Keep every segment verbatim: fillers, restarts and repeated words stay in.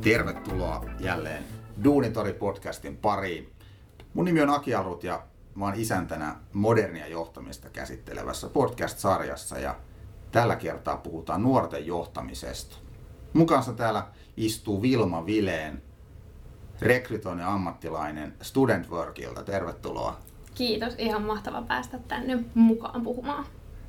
Tervetuloa jälleen Duunitori-podcastin pariin. Mun nimi on Aki Alrut ja mä oon isäntänä modernia johtamista käsittelevässä podcast-sarjassa ja tällä kertaa puhutaan nuorten johtamisesta. Mun kanssa täällä istuu Vilma Vileen, rekrytoinnin ammattilainen Studentworkilta. Tervetuloa. Kiitos, ihan mahtava päästä tänne mukaan puhumaan.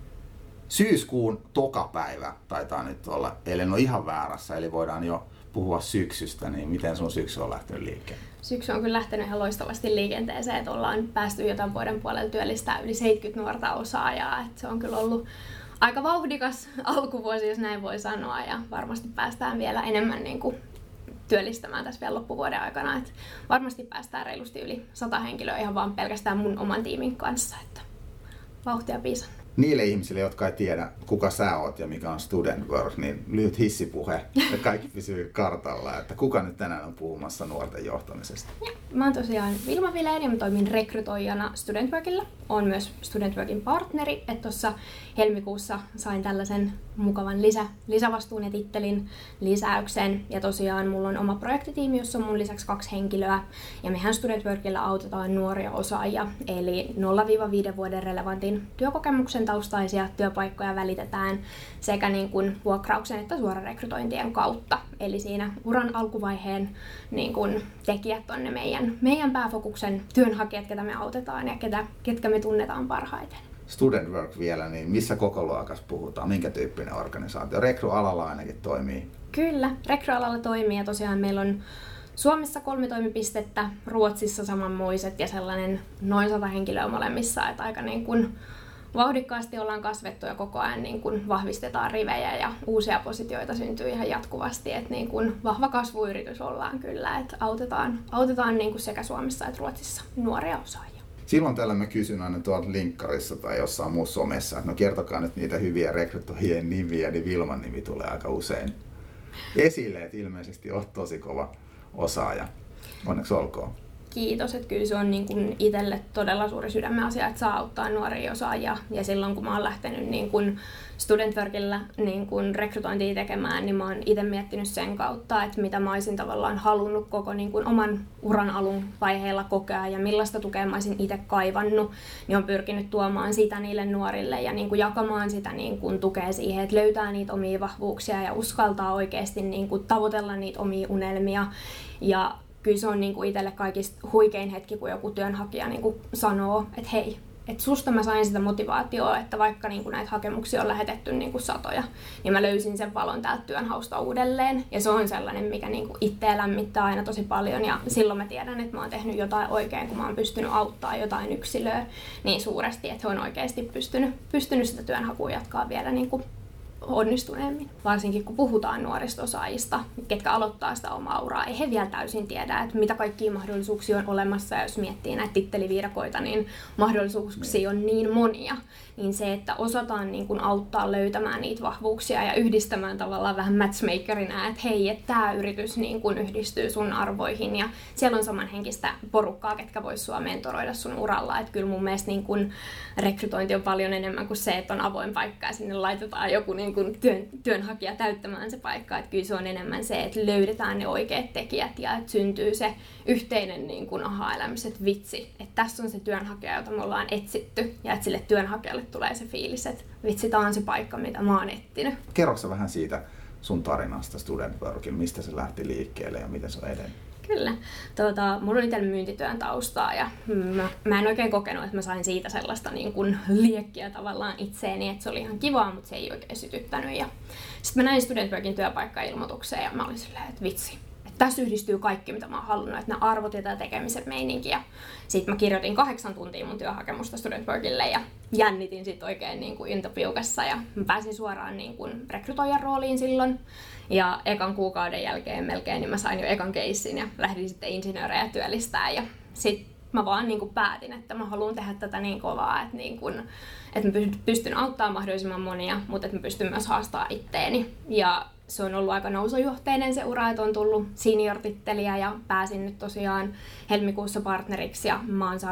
Syyskuun tokapäivä taitaa nyt olla, ellen ole ihan väärässä, eli voidaan jo puhua syksystä, niin miten sun syksy on lähtenyt liikkeelle? Syksy on kyllä lähtenyt ihan loistavasti liikenteeseen, että ollaan päästy jotain vuoden puolella työllistää yli seitsemänkymmentä nuorta osaajaa, että se on kyllä ollut aika vauhdikas alkuvuosi, jos näin voi sanoa, ja varmasti päästään vielä enemmän niin kuin työllistämään tässä vielä loppuvuoden aikana, että varmasti päästään reilusti yli sata henkilöä ihan vaan pelkästään mun oman tiimin kanssa, että vauhtia piisannut. Niille ihmisille, jotka ei tiedä, kuka sä oot ja mikä on Studentwork, niin lyhyt hissipuhe, että kaikki pysyy kartalla, että kuka nyt tänään on puhumassa nuorten johtamisesta? Mä oon tosiaan Vilma Vileen ja mä toimin rekrytoijana Studentworkilla. Oon myös Studentworkin partneri, että tuossa helmikuussa sain tällaisen mukavan lisä, lisävastuun ja tittelin lisäyksen. Ja tosiaan mulla on oma projektitiimi, jossa on mun lisäksi kaksi henkilöä. Ja mehän Studentworkilla autetaan nuoria osaajia, eli nolla viiteen vuoden relevantin työkokemuksen taustaisia työpaikkoja välitetään sekä niin kuin vuokrauksen että suorarekrytointien kautta. Eli siinä uran alkuvaiheen niin kuin tekijät on ne meidän, meidän pääfokuksen työnhakijat, ketä me autetaan ja ketä, ketkä me tunnetaan parhaiten. Studentwork vielä, niin missä kokoluokassa puhutaan? Minkä tyyppinen organisaatio? Rekryalalla ainakin toimii. Kyllä, rekryalalla toimii ja tosiaan meillä on Suomessa kolme toimipistettä, Ruotsissa samanmoiset ja sellainen noin sata henkilöä molemmissa, että aika niin kuin vauhdikkaasti ollaan kasvettu ja koko ajan niin kuin vahvistetaan rivejä ja uusia positioita syntyy ihan jatkuvasti, että niin kuin vahva kasvuyritys ollaan kyllä, että autetaan, autetaan niin kuin sekä Suomessa että Ruotsissa nuoria osaajia. Silloin tällä mä kysyn aina tuolta linkkarissa tai jossain muussa somessa, että no kertokaa nyt niitä hyviä rekrytoijien nimiä, niin Vilman nimi tulee aika usein esille, että ilmeisesti olet tosi kova osaaja. Onneksi olkoon. Kiitos, että kyllä se on niin kuin itselle todella suuri sydämen asia, että saa auttaa nuoria osaajia. Ja silloin kun mä oon lähtenyt niin kuin Studentworkilla niin kuin rekrytointia tekemään, niin mä oon itse miettinyt sen kautta, että mitä mä olisin tavallaan halunnut koko niin kuin oman uran alun vaiheilla kokea ja millaista tukea mä olisin itse kaivannut. Niin on pyrkinyt tuomaan sitä niille nuorille ja niin kuin jakamaan sitä niin kuin tukea siihen, että löytää niitä omia vahvuuksia ja uskaltaa oikeasti niin kuin tavoitella niitä omia unelmia. Ja kyllä se on niin kuin itselle kaikista huikein hetki, kun joku työnhakija niin kuin sanoo, että hei, että susta mä sain sitä motivaatiota, että vaikka niin kuin näitä hakemuksia on lähetetty niin kuin satoja, niin mä löysin sen valon täältä työnhausta uudelleen. Ja se on sellainen, mikä niin kuin itseä lämmittää aina tosi paljon. Ja silloin mä tiedän, että mä oon tehnyt jotain oikein, kun mä oon pystynyt auttamaan jotain yksilöä niin suuresti, että he on oikeasti pystynyt, pystynyt sitä työnhakua jatkaa vielä niin kuin onnistuneemmin. Varsinkin kun puhutaan nuorista osaajista, ketkä aloittaa sitä omaa uraa, ei he vielä täysin tiedä, että mitä kaikkia mahdollisuuksia on olemassa. Ja jos miettii näitä titteliviidakoita, niin mahdollisuuksia on niin monia. Niin se, että osataan niin kuin auttaa löytämään niitä vahvuuksia ja yhdistämään tavallaan vähän matchmakerina, että hei, että tämä yritys niin kuin yhdistyy sun arvoihin ja siellä on samanhenkistä porukkaa, ketkä vois sua mentoroida sun uralla. Että kyllä mun mielestä niin kuin rekrytointi on paljon enemmän kuin se, että on avoin paikka ja sinne laitetaan joku niin kuin työn, työnhakija täyttämään se paikka. Että kyllä se on enemmän se, että löydetään ne oikeat tekijät ja että syntyy se yhteinen niin kuin aha-elämys, että vitsi, että tässä on se työnhakija, jota me ollaan etsitty ja että sille työnhakijalle tulee se fiilis, että vitsi, tää on se paikka, mitä mä oon etsinyt. Kerroksä vähän siitä sun tarinasta Studentworkin, mistä se lähti liikkeelle ja miten se on edennyt? Kyllä. Tuota, mulla on itsellä myyntityön taustaa ja mä, mä en oikein kokenut, että mä sain siitä sellaista niin kuin liekkiä tavallaan itseeni, että se oli ihan kivaa, mutta se ei oikein sytyttänyt. Ja sitten mä näin Studentworkin työpaikka-ilmoitukseen ja mä olin silleen, että vitsi. Tässä yhdistyy kaikki, mitä mä oon halunnut, että nämä arvot ja tämä tekemisen meininki. Ja sitten mä kirjoitin kahdeksan tuntia mun työhakemusta Studentworkille ja jännitin sit oikein niin kuin intopiukassa. Ja mä pääsin suoraan niin kuin rekrytoijan rooliin silloin. Ja ekan kuukauden jälkeen melkein niin mä sain jo ekan keissin ja lähdin sitten insinöörejä työllistää. Ja sit mä vaan niin kuin päätin, että mä haluan tehdä tätä niin kovaa, että, niin kuin, että mä pystyn auttamaan mahdollisimman monia, mutta että mä pystyn myös haastamaan itteeni. Ja se on ollut aika nousujohteinen se ura, että on tullut senior-titteliä ja pääsin nyt tosiaan helmikuussa partneriksi ja mä oon saanut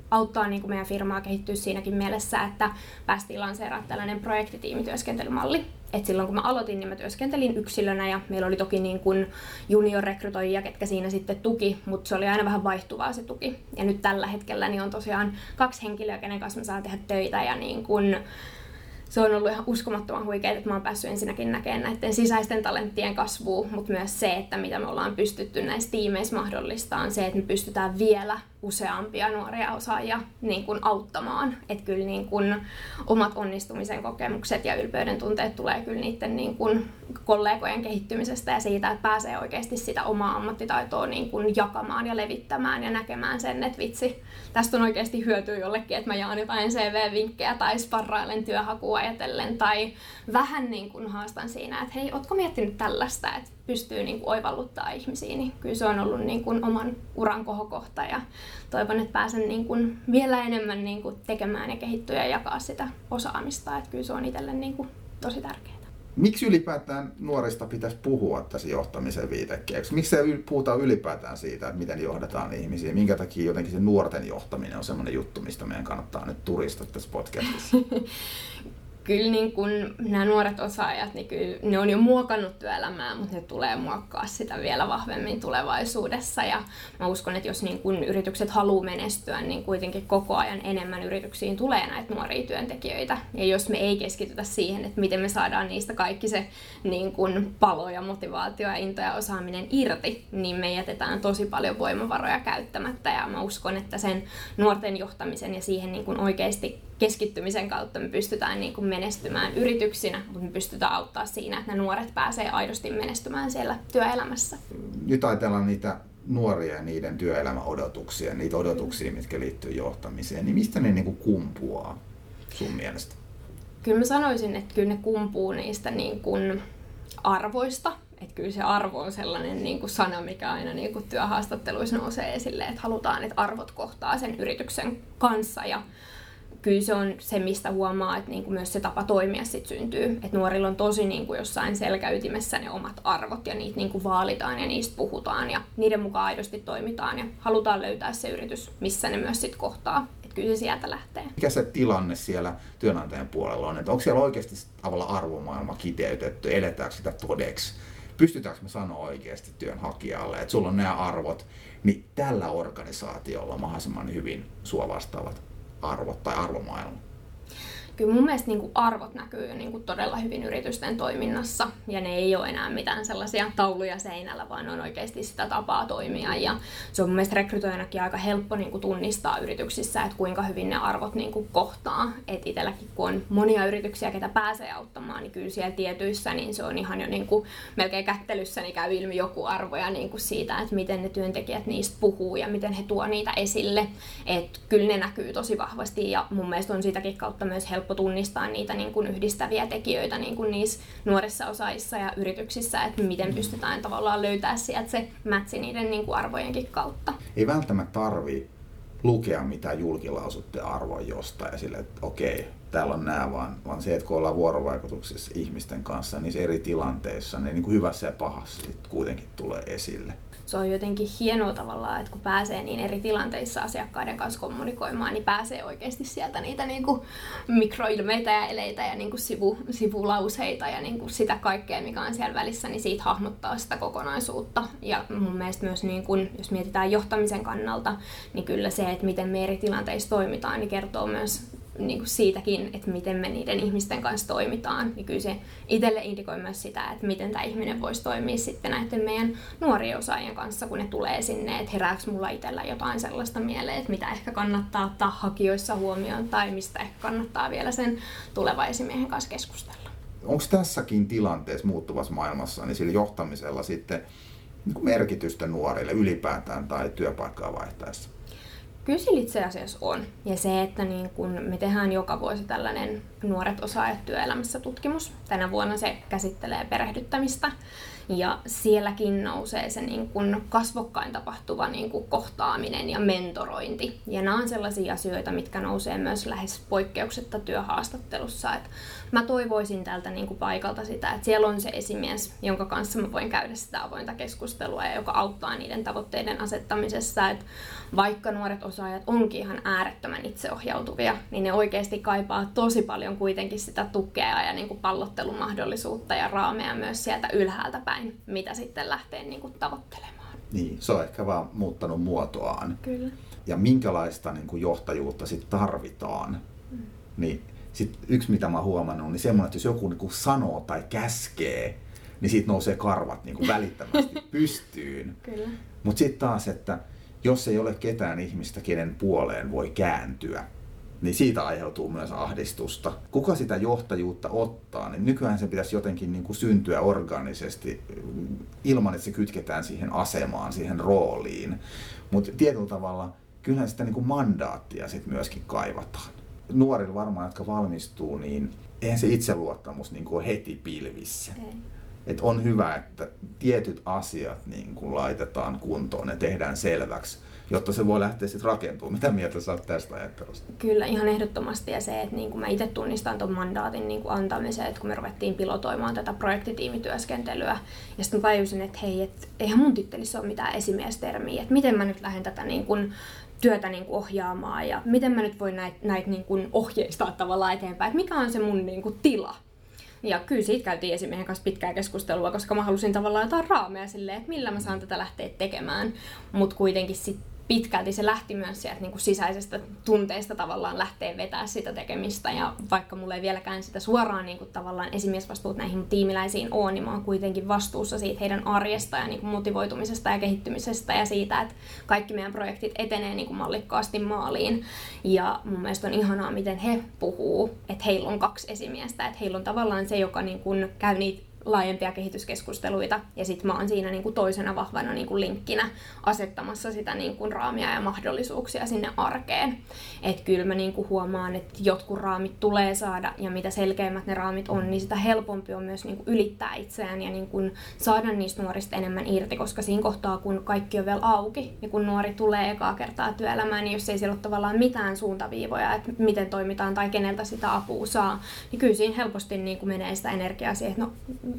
auttaa niin kuin meidän firmaa kehittyä siinäkin mielessä, että päästiin lanseeraamaan tällainen projektitiimityöskentelymalli. Et silloin kun mä aloitin, niin mä työskentelin yksilönä ja meillä oli toki niin kuin junior-rekrytoijia, ketkä siinä sitten tuki, mutta se oli aina vähän vaihtuvaa se tuki. Ja nyt tällä hetkellä niin on tosiaan kaksi henkilöä, kenen kanssa mä saan tehdä töitä ja niin kuin se on ollut ihan uskomattoman huikeaa, että mä oon päässyt ensinnäkin näkemään näiden sisäisten talenttien kasvua, mutta myös se, että mitä me ollaan pystytty näissä tiimeissä mahdollistamaan, se, että me pystytään vielä useampia nuoria osaajia niin kuin auttamaan. Että kyllä niin kuin omat onnistumisen kokemukset ja ylpeyden tunteet tulee kyllä niiden niin kuin kollegojen kehittymisestä ja siitä, että pääsee oikeasti sitä omaa ammattitaitoa niin kuin jakamaan ja levittämään ja näkemään sen, että vitsi, tästä on oikeasti hyötyä jollekin, että mä jaan jotain C V-vinkkejä tai sparrailen työhakua ajatellen tai vähän niin kuin haastan siinä, että hei, ootko miettinyt tällaista, että pystyy niin kuin oivalluttaa ihmisiä, niin kyllä se on ollut niin kuin oman uran kohokohta ja toivon, että pääsen niin kuin vielä enemmän niin kuin tekemään ja kehittyä ja jakaa sitä osaamista, että kyllä se on itselle niin kuin tosi tärkeää. Miksi ylipäätään nuorista pitäisi puhua tässä johtamisen viitekkeeksi? Miksi se puhutaan ylipäätään siitä, että miten johdetaan ihmisiä? Minkä takia jotenkin se nuorten johtaminen on semmoinen juttu, mistä meidän kannattaa nyt turistaa tässä podcastissa? Kyllä niin kun nämä nuoret osaajat, niin kyllä ne on jo muokannut työelämää, mutta ne tulee muokkaa sitä vielä vahvemmin tulevaisuudessa. Ja mä uskon, että jos niin kun yritykset haluaa menestyä, niin kuitenkin koko ajan enemmän yrityksiin tulee näitä nuoria työntekijöitä. Ja jos me ei keskitytä siihen, että miten me saadaan niistä kaikki se niin kun palo ja motivaatio ja into ja osaaminen irti, niin me jätetään tosi paljon voimavaroja käyttämättä. Ja mä uskon, että sen nuorten johtamisen ja siihen niin kun oikeasti keskittymisen kautta me pystytään niin kuin menestymään yrityksinä, mutta me pystytään auttaa siinä, että ne nuoret pääsee aidosti menestymään siellä työelämässä. Nyt ajatellaan niitä nuoria ja niiden työelämäodotuksia, niitä odotuksia, mitkä liittyy johtamiseen, niin mistä ne niin kuin kumpuaa sun mielestä? Kyllä mä sanoisin, että kyllä ne kumpuu niistä niin kuin arvoista. Että kyllä se arvo on sellainen niin kuin sana, mikä aina niin kuin työhaastatteluissa nousee esille, että halutaan, että arvot kohtaa sen yrityksen kanssa ja kyllä se on se, mistä huomaa, että niinku myös se tapa toimia sit syntyy. Että nuorilla on tosi niinku jossain selkäytimessä ne omat arvot ja niitä niinku vaalitaan ja niistä puhutaan ja niiden mukaan aidosti toimitaan ja halutaan löytää se yritys, missä ne myös sit kohtaa. Että kyllä se sieltä lähtee. Mikä se tilanne siellä työnantajan puolella on? Että onko siellä oikeasti tavallaan arvomaailma kiteytetty? Eletäänkö sitä todeksi? Pystytäänkö me sanoa oikeasti työnhakijalle, että sulla on nämä arvot, niin tällä organisaatiolla on mahdollisimman hyvin sua vastaavat arvot tai arvomaailma? Kyllä mun mielestä niin kuin arvot näkyy niin kuin todella hyvin yritysten toiminnassa ja ne ei ole enää mitään sellaisia tauluja seinällä, vaan on oikeasti sitä tapaa toimia ja se on mun mielestä rekrytoijanakin aika helppo niin kuin tunnistaa yrityksissä, että kuinka hyvin ne arvot niin kuin kohtaa. Et itselläkin kun on monia yrityksiä, ketä pääsee auttamaan, niin kyllä siellä tietyissä niin se on ihan jo niin kuin melkein kättelyssä niin käy ilmi joku arvo ja niin kuin siitä, että miten ne työntekijät niistä puhuu ja miten he tuo niitä esille. Et kyllä ne näkyy tosi vahvasti ja mun mielestä on sitäkin kautta myös helppo tunnistaa niitä niin kuin yhdistäviä tekijöitä niin kuin niissä nuorissa osaajissa ja yrityksissä, että miten pystytään tavallaan löytää sieltä se mätsi niiden niin kuin arvojenkin kautta. Ei välttämättä tarvitse lukea mitään julkilausuttuja arvoja jostain ja sille, että okei, täällä on nämä, vaan, vaan se, että kun ollaan vuorovaikutuksessa ihmisten kanssa, niin eri tilanteissa ne niin kuin hyvässä ja pahassa kuitenkin tulee esille. Se on jotenkin hienoa tavallaan, että kun pääsee niin eri tilanteissa asiakkaiden kanssa kommunikoimaan, niin pääsee oikeasti sieltä niitä niin kuin mikroilmeitä ja eleitä ja niin kuin sivu, sivulauseita ja niin kuin sitä kaikkea, mikä on siellä välissä, niin siitä hahmottaa sitä kokonaisuutta. Ja mun mielestä myös, niin kuin, jos mietitään johtamisen kannalta, niin kyllä se, että miten me eri tilanteissa toimitaan, niin kertoo myös niin kuin siitäkin, että miten me niiden ihmisten kanssa toimitaan, niin kyllä se itselle indikoi myös sitä, että miten tämä ihminen voisi toimia sitten näiden meidän nuorien osaajien kanssa, kun ne tulee sinne, että herääkö mulla itsellä jotain sellaista mieleen, että mitä ehkä kannattaa ottaa hakijoissa huomioon tai mistä ehkä kannattaa vielä sen tulevan esimiehen kanssa keskustella. Onko tässäkin tilanteessa muuttuvassa maailmassa, niin sillä johtamisella sitten niin merkitystä nuorille ylipäätään tai työpaikkaa vaihtaessa? Kyllä sillä itse asiassa on. Ja se, että niin kun me tehdään joka vuosi tällainen nuoret osaajat työelämässä tutkimus. Tänä vuonna se käsittelee perehdyttämistä. Ja sielläkin nousee se niin kun kasvokkain tapahtuva niin kun kohtaaminen ja mentorointi. Ja nämä on sellaisia asioita, mitkä nousee myös lähes poikkeuksetta työhaastattelussa. Et mä toivoisin tältä niin kun paikalta sitä, että siellä on se esimies, jonka kanssa mä voin käydä sitä avointa keskustelua ja joka auttaa niiden tavoitteiden asettamisessa. Et vaikka nuoret osaajat onkin ihan äärettömän itseohjautuvia, niin ne oikeasti kaipaa tosi paljon kuitenkin sitä tukea ja niin kuin pallottelumahdollisuutta ja raameja myös sieltä ylhäältä päin, mitä sitten lähtee niin kuin tavoittelemaan. Niin, se on ehkä vaan muuttanut muotoaan. Kyllä. Ja minkälaista niin kuin johtajuutta sitten tarvitaan, mm. niin sit yksi mitä mä oon huomannut, niin semmoinen, että jos joku niin kuin sanoo tai käskee, niin siitä nousee karvat niin kuin välittömästi pystyyn. Mutta sitten taas, että jos ei ole ketään ihmistä, kenen puoleen voi kääntyä, niin siitä aiheutuu myös ahdistusta. Kuka sitä johtajuutta ottaa, niin nykyään se pitäisi jotenkin niin kuin syntyä organisesti ilman, että se kytketään siihen asemaan, siihen rooliin. Mutta tietyllä tavalla kyllähän sitä niin kuin mandaattia sit myöskin kaivataan. Nuorilla varmaan, jotka valmistuu, niin eihän se itseluottamus niin kuin ole heti pilvissä. Ei. Et on hyvä, että tietyt asiat niin kun laitetaan kuntoon ja tehdään selväksi, jotta se voi lähteä sitten rakentumaan. Mitä mieltä sä oot tästä ajattelusta? Kyllä, ihan ehdottomasti. Ja se, että niin kun mä itse tunnistan tuon mandaatin niin kun antamisen, että kun me ruvettiin pilotoimaan tätä projektitiimityöskentelyä, ja sitten mä tajusin, että hei, et, eihän mun tittelissä ole mitään esimiestermiä, että miten mä nyt lähden tätä niin kun työtä niin kuin ohjaamaan ja miten mä nyt voin näitä näit niin kuin ohjeistaa tavallaan eteenpäin, että mikä on se mun niin kuin tila. Ja kyllä siitä käytiin esimiehen kanssa pitkää keskustelua, koska mä halusin tavallaan jotain raameja silleen, että millä mä saan tätä lähteä tekemään. Mutta kuitenkin sit pitkälti se lähti myös sieltä niin kuin sisäisestä tunteesta tavallaan lähteä vetää sitä tekemistä. Ja vaikka mulla ei vieläkään sitä suoraan niin kuin tavallaan esimiesvastuut näihin tiimiläisiin ole, niin mä oon kuitenkin vastuussa siitä heidän arjesta ja niin kuin motivoitumisesta ja kehittymisestä ja siitä, että kaikki meidän projektit etenee niin kuin mallikkaasti maaliin. Ja mun mielestä on ihanaa, miten he puhuu, että heillä on kaksi esimiestä, että heillä on tavallaan se, joka niin kuin käy niitä laajempia kehityskeskusteluita, ja sitten mä oon siinä niinku toisena vahvana niinku linkkinä asettamassa sitä niinku raamia ja mahdollisuuksia sinne arkeen. Että kyllä mä niinku huomaan, että jotkut raamit tulee saada, ja mitä selkeimmät ne raamit on, niin sitä helpompi on myös niinku ylittää itseään ja niinku saada niistä nuorista enemmän irti, koska siinä kohtaa, kun kaikki on vielä auki, ja kun nuori tulee ekaa kertaa työelämään, niin jos ei siellä ole tavallaan mitään suuntaviivoja, että miten toimitaan tai keneltä sitä apua saa, niin kyllä siinä helposti niinku menee sitä energiaa siihen, että no,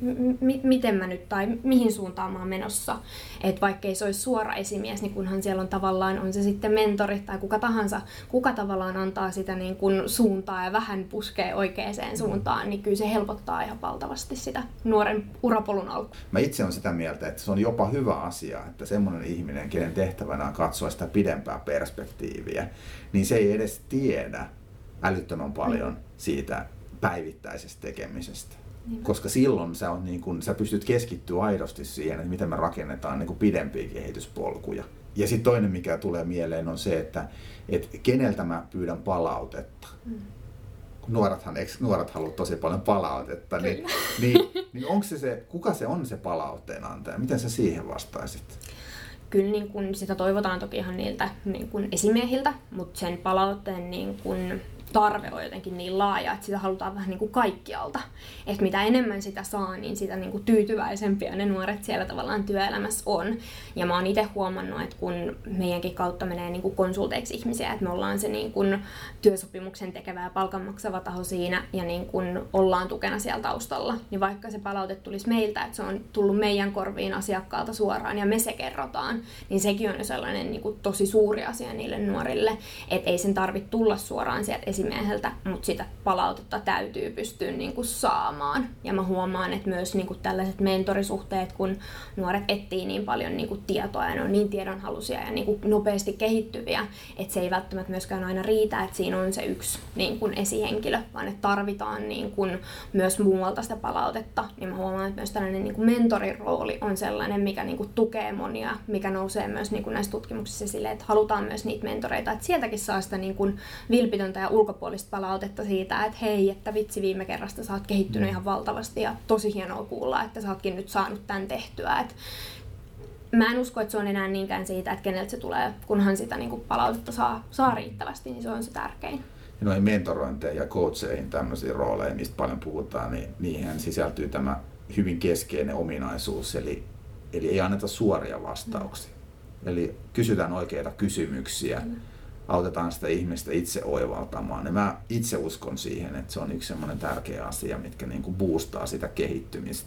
M- miten mä nyt tai mihin suuntaan mä oon menossa. Että vaikka ei se olisi suora esimies, niin kunhan siellä on tavallaan, on se sitten mentori tai kuka tahansa, kuka tavallaan antaa sitä niin kuin suuntaa ja vähän puskee oikeaan suuntaan, niin kyllä se helpottaa ihan valtavasti sitä nuoren urapolun alkua. Mä itse olen sitä mieltä, että se on jopa hyvä asia, että semmoinen ihminen, kenen tehtävänä on katsoa sitä pidempää perspektiiviä, niin se ei edes tiedä älyttömän paljon siitä päivittäisestä tekemisestä. Niin. Koska silloin sä, on niin kun, sä pystyt keskittyä aidosti siihen, että miten me rakennetaan niin kun pidempiä kehityspolkuja. Ja sitten toinen, mikä tulee mieleen, on se, että et keneltä mä pyydän palautetta. Mm. Nuorethan, eikö nuoret halua tosi paljon palautetta, niin, niin, niin onko se se, kuka se on se palautteenantaja? Miten sä siihen vastaisit? Kyllä niin kun sitä toivotaan toki ihan niiltä niin kun esimiehiltä, mutta sen palautteen niin kun tarve on jotenkin niin laaja, että sitä halutaan vähän niin kuin kaikkialta. Että mitä enemmän sitä saa, niin sitä niin kuin tyytyväisempiä ne nuoret siellä tavallaan työelämässä on. Ja mä oon itse huomannut, että kun meidänkin kautta menee niin kuin konsulteiksi ihmisiä, että me ollaan se niin kuin työsopimuksen tekevä ja palkan maksava taho siinä ja niin kuin ollaan tukena siellä taustalla, niin vaikka se palaute tulisi meiltä, että se on tullut meidän korviin asiakkaalta suoraan ja me se kerrotaan, niin sekin on jo sellainen niin kuin tosi suuri asia niille nuorille, että ei sen tarvitse tulla suoraan sieltä esimieheltä, mutta sitä palautetta täytyy pystyä niin kuin saamaan. Ja mä huomaan, että myös niin kuin tällaiset mentorisuhteet, kun nuoret etsii niin paljon niin kuin tietoa ja ne on niin tiedonhaluisia ja niin kuin nopeasti kehittyviä, että se ei välttämättä myöskään aina riitä, että siinä on se yksi niin kuin esihenkilö, vaan että tarvitaan niin kuin myös muualta sitä palautetta. Ja mä huomaan, että myös tällainen niin kuin mentorin rooli on sellainen, mikä niin kuin tukee monia, mikä nousee myös niin kuin näissä tutkimuksissa silleen, että halutaan myös niitä mentoreita, että sieltäkin saa sitä niin kuin vilpitöntä ja ulkopuolista palautetta siitä, että hei, että vitsi viime kerrasta sä oot kehittynyt ihan valtavasti ja tosi hienoa kuulla, että sä ootkin nyt saanut tämän tehtyä. Et mä en usko, että se on enää niinkään siitä, että keneltä se tulee, kunhan sitä niin kuin palautetta saa, saa riittävästi, niin se on se tärkein. Ja noihin mentorointeihin ja coacheihin, tämmöisiin rooleihin, mistä paljon puhutaan, niin niihin sisältyy tämä hyvin keskeinen ominaisuus, eli, eli ei anneta suoria vastauksia. Mm. Eli kysytään oikeita kysymyksiä. Mm. Autetaan sitä ihmistä itse oivaltamaan. Ja mä itse uskon siihen, että se on yksi semmoinen tärkeä asia, mitkä niin kuin boostaa sitä kehittymistä.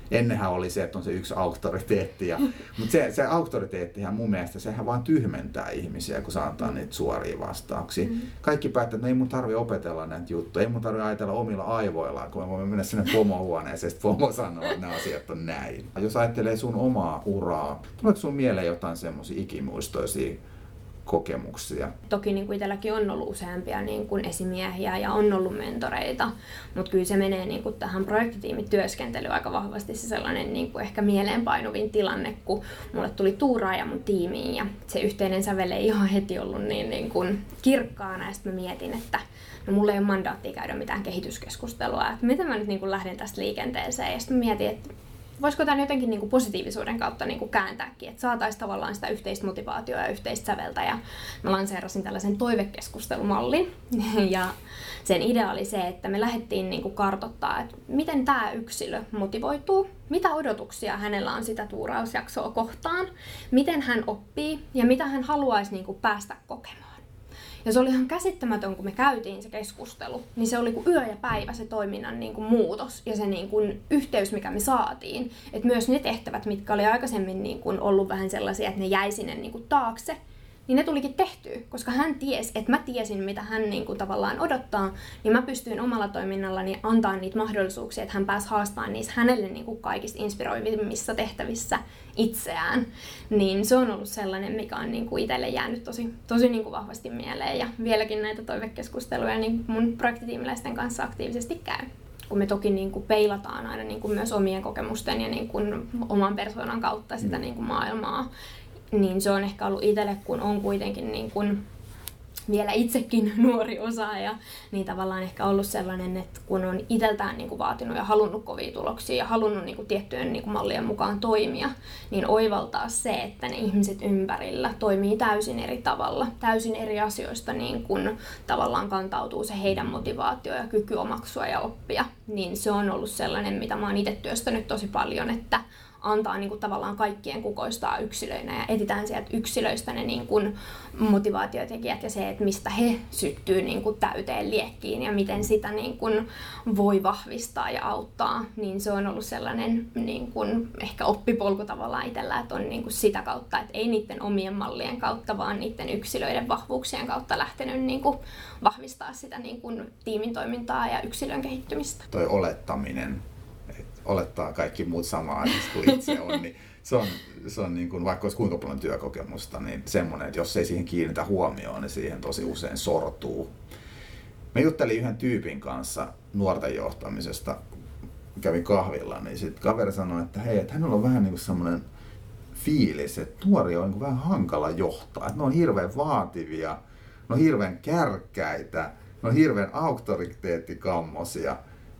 Ennenhän oli se, että on se yksi auktoriteetti. Ja, mutta se, se auktoriteettihan mun mielestä, sehän vaan tyhmentää ihmisiä, kun saataan niitä suoria vastauksia. Mm. Kaikki päättää, että no ei mun tarvitse opetella näitä juttuja, ei mun tarvitse ajatella omilla aivoillaan, kun me voimme mennä sinne pomohuoneeseen, ja pomo sanoo, että nämä asiat on näin. Jos ajattelee sun omaa uraa, tuleeko sun mieleen jotain semmoisia ikimuistoisia kokemuksia? Toki niin kuin itselläkin on ollut useampia niin kuin esimiehiä ja on ollut mentoreita, mutta kyllä se menee niin kuin tähän projektitiimityöskentelyyn aika vahvasti se sellainen niin kuin ehkä mieleenpainuvin tilanne, kun mulle tuli tuuraaja mun tiimiin ja se yhteinen sävel ei ihan heti ollut niin, niin kuin kirkkaana ja sitten mä mietin, että no mulla ei ole mandaattia käydä mitään kehityskeskustelua, että miten mä nyt niin kuin lähden tästä liikenteeseen ja sitten mä mietin, että voisiko tämän jotenkin niin kuin positiivisuuden kautta niin kuin kääntääkin, että saataisiin tavallaan sitä yhteistä motivaatiota ja yhteistä säveltä. Ja mä lanseerasin tällaisen toivekeskustelumallin. Ja sen idea oli se, että me lähdettiin niin kuin kartoittaa, että miten tämä yksilö motivoituu, mitä odotuksia hänellä on sitä tuurausjaksoa kohtaan, miten hän oppii ja mitä hän haluaisi niin kuin päästä kokemaan. Ja se oli ihan käsittämätön, kun me käytiin se keskustelu, niin se oli kuin yö ja päivä se toiminnan niin kuin muutos ja se niin kuin yhteys, mikä me saatiin. Että myös ne tehtävät, mitkä oli aikaisemmin niin kuin ollut vähän sellaisia, että ne jäi sinne niin kuin taakse, niin ne tulikin tehtyä, koska hän tiesi, että mä tiesin, mitä hän niin kuin tavallaan odottaa, niin mä pystyin omalla toiminnallani antaa niitä mahdollisuuksia, että hän pääsi haastamaan niissä hänelle niin kuin kaikista inspiroivimmissa tehtävissä itseään. Niin se on ollut sellainen, mikä on niin kuin itselle jäänyt tosi, tosi niin kuin vahvasti mieleen. Ja vieläkin näitä toivekeskusteluja niin mun projektitiimiläisten kanssa aktiivisesti käy. Kun me toki niin kuin peilataan aina niin kuin myös omien kokemusten ja niin kuin oman persoonan kautta sitä niin kuin maailmaa, niin se on ehkä ollut itselle, kun on kuitenkin niin kuin vielä itsekin nuori osaaja, niin tavallaan ehkä ollut sellainen, että kun on itseltään niin kuin vaatinut ja halunnut kovia tuloksia ja halunnut niin kuin tiettyjen niin kuin mallien mukaan toimia, niin oivaltaa se, että ne ihmiset ympärillä toimii täysin eri tavalla, täysin eri asioista niin kuin tavallaan kantautuu se heidän motivaatio ja kyky omaksua ja oppia, niin se on ollut sellainen, mitä mä oon itse työstänyt tosi paljon, että antaa niin kuin tavallaan kaikkien kukoistaa yksilöinä ja etsitään sieltä yksilöistä ne niin kuin motivaatiotekijät ja se, että mistä he syttyy niin kuin täyteen liekkiin ja miten sitä niin kuin voi vahvistaa ja auttaa, niin se on ollut sellainen niin kuin ehkä oppipolku tavallaan itsellä, että on niin kuin sitä kautta, että ei niiden omien mallien kautta, vaan niiden yksilöiden vahvuuksien kautta lähtenyt niin kuin vahvistaa sitä niin kuin tiimin toimintaa ja yksilön kehittymistä. Toi olettaminen, olettaa kaikki muut samaa kuin itse on, niin se on, se on niin kuin, vaikka olisi kuinka paljon työkokemusta, niin semmoinen, että jos ei siihen kiinnitä huomioon, niin siihen tosi usein sortuu. Mä juttelin yhden tyypin kanssa nuorten johtamisesta, kävin kahvilla, niin sitten kaveri sanoi, että hei, että hänellä on vähän niin kuin semmoinen fiilis, että nuoria on niin kuin vähän hankala johtaa, että ne on hirveän vaativia, ne on hirveän kärkkäitä, ne on hirveän auktoriteettikammosia.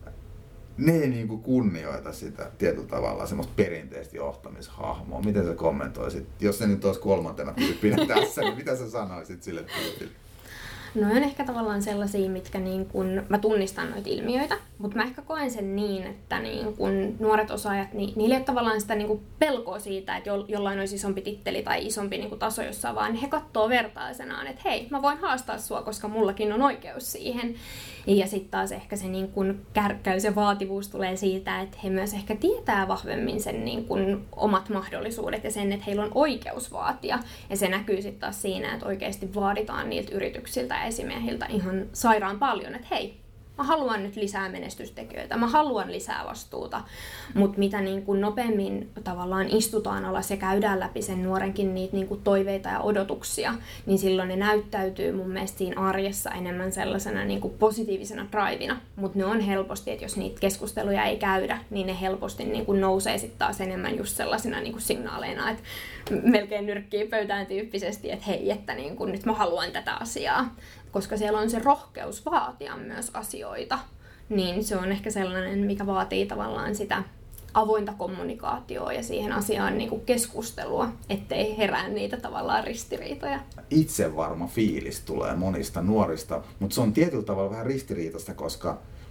Ne ei niin kuin kunnioita sitä tietyllä tavalla semmoista perinteistä johtamishahmoa. Miten sä kommentoisit? Jos se nyt olisi kolmantena tyyppinä tässä, niin mitä sä sanoisit sille tyypille? No on ehkä tavallaan sellaisia, mitkä niin kun, mä tunnistan noita ilmiöitä, mutta mä ehkä koen sen niin, että niin kun nuoret osaajat, niin niillä ei ole tavallaan sitä niin kun pelkoa siitä, että jo, jollain olisi isompi titteli tai isompi niin kun taso jossain, vaan he katsoo vertaisenaan, että hei, mä voin haastaa sua, koska mullakin on oikeus siihen. Ja sitten taas ehkä se niin kun kärkkäys ja vaativuus tulee siitä, että he myös ehkä tietää vahvemmin sen niin kun omat mahdollisuudet ja sen, että heillä on oikeus vaatia. Ja se näkyy sitten taas siinä, että oikeasti vaaditaan niiltä yrityksiltä ja esimiehiltä ihan sairaan paljon, että hei, mä haluan nyt lisää menestystekijöitä, mä haluan lisää vastuuta, mutta mitä niin kuin nopeammin tavallaan istutaan alas ja käydään läpi sen nuorenkin niitä niin kuin toiveita ja odotuksia, niin silloin ne näyttäytyy mun mielestä siinä arjessa enemmän sellaisena niin kuin positiivisena drivina, mutta ne on helposti, että jos niitä keskusteluja ei käydä, niin ne helposti niin kuin nousee sitten taas enemmän just sellaisina niin kuin signaaleina, että melkein nyrkkii pöytään tyyppisesti, että hei, että niin kuin nyt mä haluan tätä asiaa. Koska siellä on se rohkeus vaatia myös asioita, niin se on ehkä sellainen, mikä vaatii tavallaan sitä avointa kommunikaatioa ja siihen asiaan niin kuin keskustelua, ettei herää niitä tavallaan ristiriitoja. Itsevarma fiilis tulee monista nuorista, mutta se on tietyllä tavalla vähän ristiriitaista, koska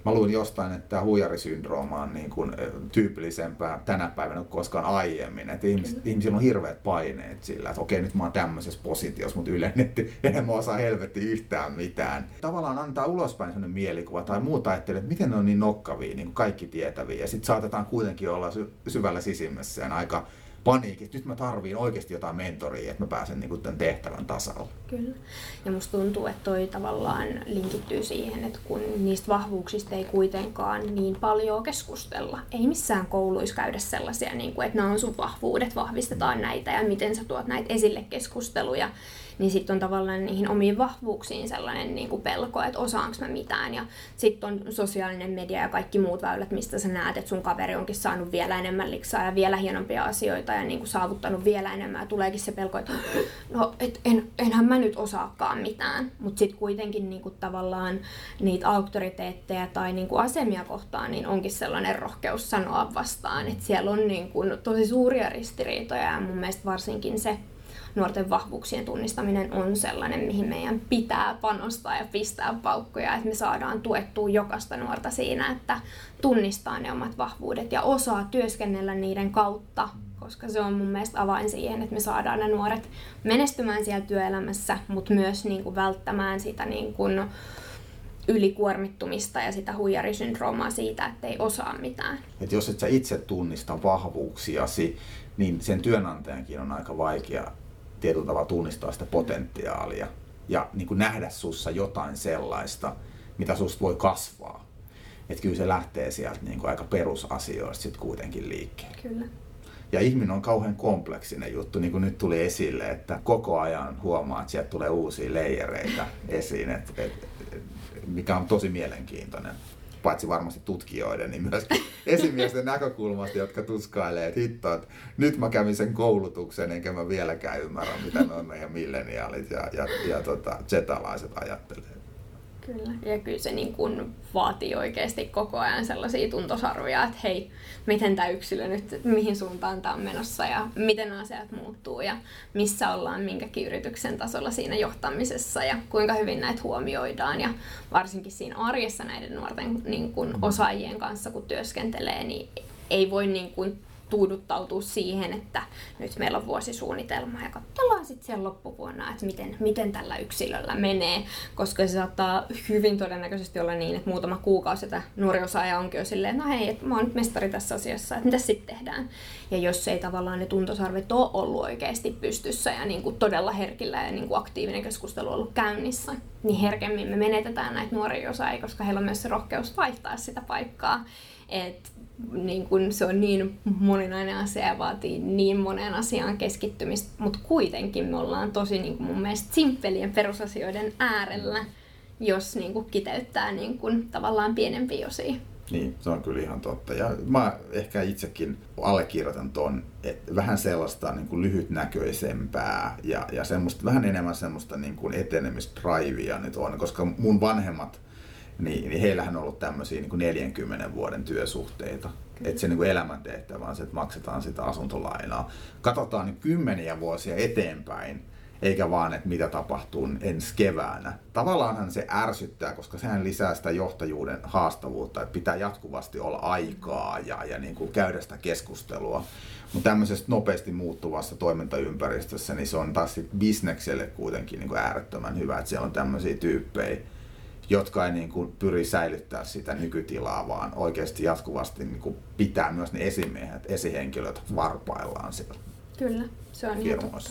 Mä luin jostain, että tämä huijarisyndrooma on niin kuin tyypillisempää tänä päivänä kuin koskaan aiemmin. Että ihmis, ihmisillä on hirveät paineet sillä, että okei, nyt mä oon tämmöisessä positiossa, mutta ylennetti enemmän osaa helvetti yhtään mitään. Tavallaan antaa ulospäin sellainen mielikuva tai muuta ajattelee, että miten ne on niin nokkavia, niin kuin kaikki tietäviä. Ja sitten saatetaan kuitenkin olla sy- syvällä sisimmässään aika paniikissa. Nyt mä tarviin oikeasti jotain mentoria, että mä pääsen niin kuin tämän tehtävän tasalle. Kyllä. Ja musta tuntuu, että toi tavallaan linkittyy siihen, että kun niistä vahvuuksista ei kuitenkaan niin paljon keskustella. Ei missään kouluissa käydä sellaisia, niin kuin, että nämä on sun vahvuudet, vahvistetaan näitä ja miten sä tuot näitä esille keskusteluja. Niin sitten on tavallaan niihin omiin vahvuuksiin sellainen niin kuin pelko, että osaanko mä mitään. Ja sitten on sosiaalinen media ja kaikki muut väylät, mistä sä näet, että sun kaveri onkin saanut vielä enemmän liksaa ja vielä hienompia asioita ja niin kuin saavuttanut vielä enemmän. Ja tuleekin se pelko, että no, et en, enhän mä nyt osaakaan mitään. Mutta sitten kuitenkin niin kuin tavallaan niitä auktoriteetteja tai niin kuin asemia kohtaan niin onkin sellainen rohkeus sanoa vastaan. Että siellä on niin kuin tosi suuria ristiriitoja ja mun mielestä varsinkin se nuorten vahvuuksien tunnistaminen on sellainen, mihin meidän pitää panostaa ja pistää paukkuja, että me saadaan tuettua jokaista nuorta siinä, että tunnistaa ne omat vahvuudet ja osaa työskennellä niiden kautta, koska se on mun mielestä avain siihen, että me saadaan ne nuoret menestymään siellä työelämässä, mutta myös niin kuin välttämään sitä niin kuin ylikuormittumista ja sitä huijarisyndroomaa siitä, että ei osaa mitään. Et jos et sä itse tunnista vahvuuksiasi, niin sen työnantajankin on aika vaikea tietyllä tavalla tunnistaa sitä potentiaalia ja niin kuin nähdä sussa jotain sellaista, mitä susta voi kasvaa. Että kyllä se lähtee sieltä niin kuin aika perusasioista sitten kuitenkin liikkeelle. Kyllä. Ja ihminen on kauhean kompleksinen juttu, niin kuin nyt tuli esille, että koko ajan huomaa, että sieltä tulee uusia leijereitä esiin, et, et, et, mikä on tosi mielenkiintoinen. Paitsi varmasti tutkijoiden, niin myöskin esimiesten näkökulmasta, jotka tuskailee, että hitto, että nyt mä kävin sen koulutuksen, enkä mä vieläkään ymmärrä, mitä me meidän milleniaalit ja, ja, ja tota, zetalaiset ajattelee. Kyllä, ja kyllä se niin kuin vaatii oikeasti koko ajan sellaisia tuntosarvia, että hei, miten tämä yksilö nyt, mihin suuntaan tämä on menossa ja miten asiat muuttuu ja missä ollaan minkäkin yrityksen tasolla siinä johtamisessa ja kuinka hyvin näitä huomioidaan. Ja varsinkin siinä arjessa näiden nuorten niin kuin osaajien kanssa, kun työskentelee, niin ei voi niin kuin tuuduttautua siihen, että nyt meillä on vuosisuunnitelma ja katsellaan sitten siellä loppuvuonna, että miten, miten tällä yksilöllä menee, koska se saattaa hyvin todennäköisesti olla niin, että muutama kuukausi että nuori osaaja onkin jo silleen, no hei, että mä oon nyt mestari tässä asiassa, että mitä sitten tehdään. Ja jos ei tavallaan ne tuntosarvet ole ollut oikeasti pystyssä ja niin kuin todella herkillä ja niin kuin aktiivinen keskustelu on ollut käynnissä, niin herkemmin me menetetään näitä nuoria osaajia, koska heillä on myös se rohkeus vaihtaa sitä paikkaa. Et niin kun se on niin moninainen asia ja vaatii niin moneen asiaan keskittymistä, mutta kuitenkin me ollaan tosi niin kun mun mielestä simppelien perusasioiden äärellä, jos niin kun kiteyttää niin kun tavallaan pienempiä osia. Niin, se on kyllä ihan totta. Ja mä ehkä itsekin allekirjoitan ton, että vähän sellaista niin kuin lyhytnäköisempää ja, ja semmoista, vähän enemmän semmoista niin kuin etenemisdraivia nyt on, koska mun vanhemmat Niin, niin heillähän on ollut tämmöisiä niin kuin neljänkymmenen vuoden työsuhteita. Että se niin kuin elämäntehtävä on se, että maksetaan sitä asuntolainaa. Katsotaan niin kymmeniä vuosia eteenpäin, eikä vaan, että mitä tapahtuu ensi keväänä. Tavallaanhan se ärsyttää, koska sehän lisää sitä johtajuuden haastavuutta, että pitää jatkuvasti olla aikaa ja, ja niin kuin käydä sitä keskustelua. Mutta tämmöisessä nopeasti muuttuvassa toimintaympäristössä, niin se on taas bisnekselle kuitenkin niin kuin äärettömän hyvä, että siellä on tämmöisiä tyyppejä, jotka ei niin kuin pyri säilyttää sitä nykytilaa, vaan oikeasti jatkuvasti niin kuin pitää myös ne esimiehet, esihenkilöt varpaillaan siellä. Kyllä, se on ihan totta.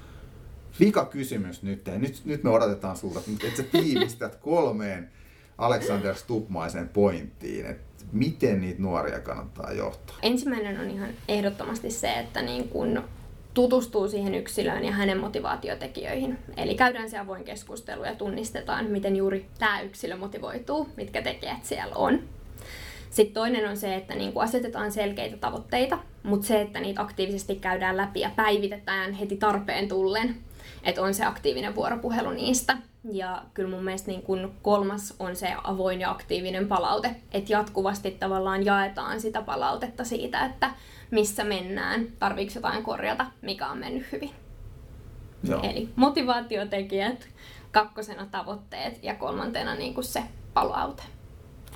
Vika kysymys nyt. nyt. Nyt me odotetaan sulta, että sä tiivistät kolmeen Alexander Stubbmaiseen pointtiin, että miten niitä nuoria kannattaa johtaa. Ensimmäinen on ihan ehdottomasti se, että niin kun tutustuu siihen yksilöön ja hänen motivaatiotekijöihin. Eli käydään se avoin keskustelu ja tunnistetaan, miten juuri tämä yksilö motivoituu, mitkä tekijät siellä on. Sitten toinen on se, että niin kuin asetetaan selkeitä tavoitteita, mutta se, että niitä aktiivisesti käydään läpi ja päivitetään heti tarpeen tullen, että on se aktiivinen vuoropuhelu niistä. Ja kyllä mun mielestä niin kuin kolmas on se avoin ja aktiivinen palaute, että jatkuvasti tavallaan jaetaan sitä palautetta siitä, että missä mennään, tarviiko jotain korjata, mikä on mennyt hyvin. Joo. Eli motivaatiotekijät, kakkosena tavoitteet ja kolmantena niin kuin se palaute.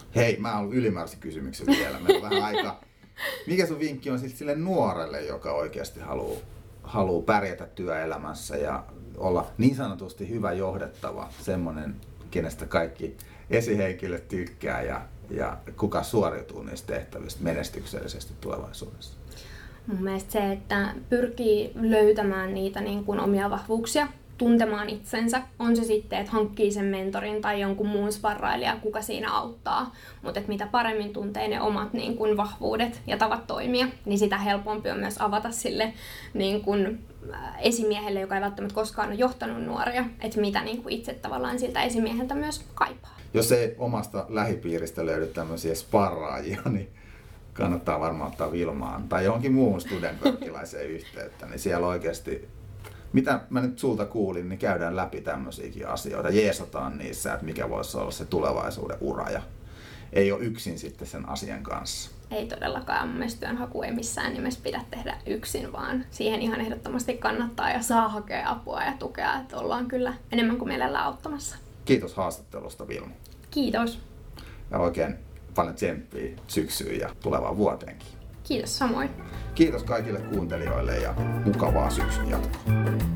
Hei, mä oon ollut ylimääräisen kysymyksen vielä. Meillä on vähän aikaa. Mikä sun vinkki on sitten sille nuorelle, joka oikeasti haluaa haluu pärjätä työelämässä ja olla niin sanotusti hyvä johdettava, semmoinen, kenestä kaikki esihenkilöt tykkää ja, ja kuka suoriutuu niistä tehtävistä menestyksellisesti tulevaisuudessa? Mun mielestä se, että pyrkii löytämään niitä niin kuin omia vahvuuksia, tuntemaan itsensä. On se sitten, että hankkii sen mentorin tai jonkun muun sparrailijan, kuka siinä auttaa. Mutta mitä paremmin tuntee ne omat niin kuin vahvuudet ja tavat toimia, niin sitä helpompi on myös avata sille niin kuin esimiehelle, joka ei välttämättä koskaan ole johtanut nuoria, että mitä niin kuin itse tavallaan siltä esimieheltä myös kaipaa. Jos ei omasta lähipiiristä löydy tämmöisiä sparraajia, niin kannattaa varmaan ottaa Vilmaan tai johonkin muuhun studentworkilaiseen yhteyttä, niin siellä oikeasti, mitä mä nyt sulta kuulin, niin käydään läpi tämmöisiäkin asioita, jeesataan niissä, että mikä voisi olla se tulevaisuuden ura ja ei ole yksin sitten sen asian kanssa. Ei todellakaan. Mun mielestä työnhaku ei missään nimessä pidä tehdä yksin, vaan siihen ihan ehdottomasti kannattaa ja saa hakea apua ja tukea, että ollaan kyllä enemmän kuin mielellään auttamassa. Kiitos haastattelusta, Vilma. Kiitos. Ja oikein paljon tsemppiä syksyyn ja tulevaan vuoteenkin. Kiitos samoin. Kiitos kaikille kuuntelijoille ja mukavaa syksyn jatkoa.